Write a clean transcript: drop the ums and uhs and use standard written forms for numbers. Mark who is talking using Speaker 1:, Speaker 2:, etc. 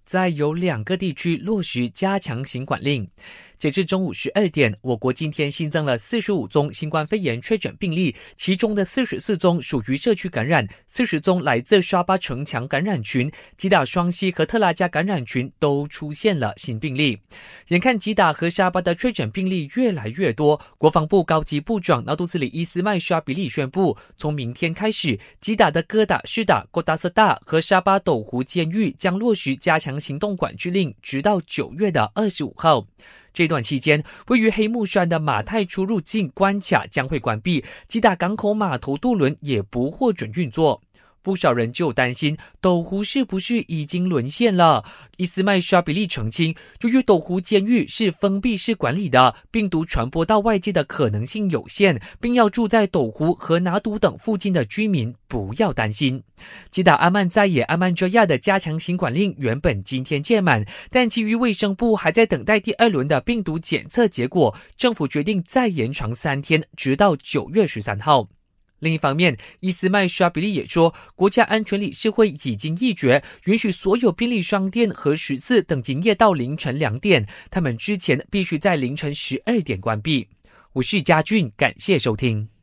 Speaker 1: 再有2个地区落实加强行管令。截至中午12点，我国今天新增了45宗新冠肺炎确诊病例，其中的44宗属于社区感染，40宗来自沙巴城墙感染群，吉打双溪和特拉加感染群都出现了新病例。眼看吉打和沙巴的确诊病例越来越多，国防部高级部长纳杜斯里伊斯麦沙比利宣布，从明天开始，吉打的哥打、士打、国达瑟大和沙巴斗湖监狱将落实加强行动管制令，直到9月25号。这段期间，位于黑木山的马泰出入境关卡将会关闭，吉打港口码头渡轮也不获准运作。不少人就担心斗湖是不是已经沦陷了。伊斯麦沙比利澄清，由于斗湖监狱是封闭式管理的，病毒传播到外界的可能性有限，并要住在斗湖和拿督等附近的居民不要担心。吉打阿曼在野阿曼遮亚的加强行管令原本今天届满，但基于卫生部还在等待第2轮的病毒检测结果，政府决定再延长3天，直到9月13号。另一方面，伊斯麦沙比利也说，国家安全理事会已经议决，允许所有便利商店和食肆等营业到凌晨2点，他们之前必须在凌晨12点关闭。我是嘉俊，感谢收听。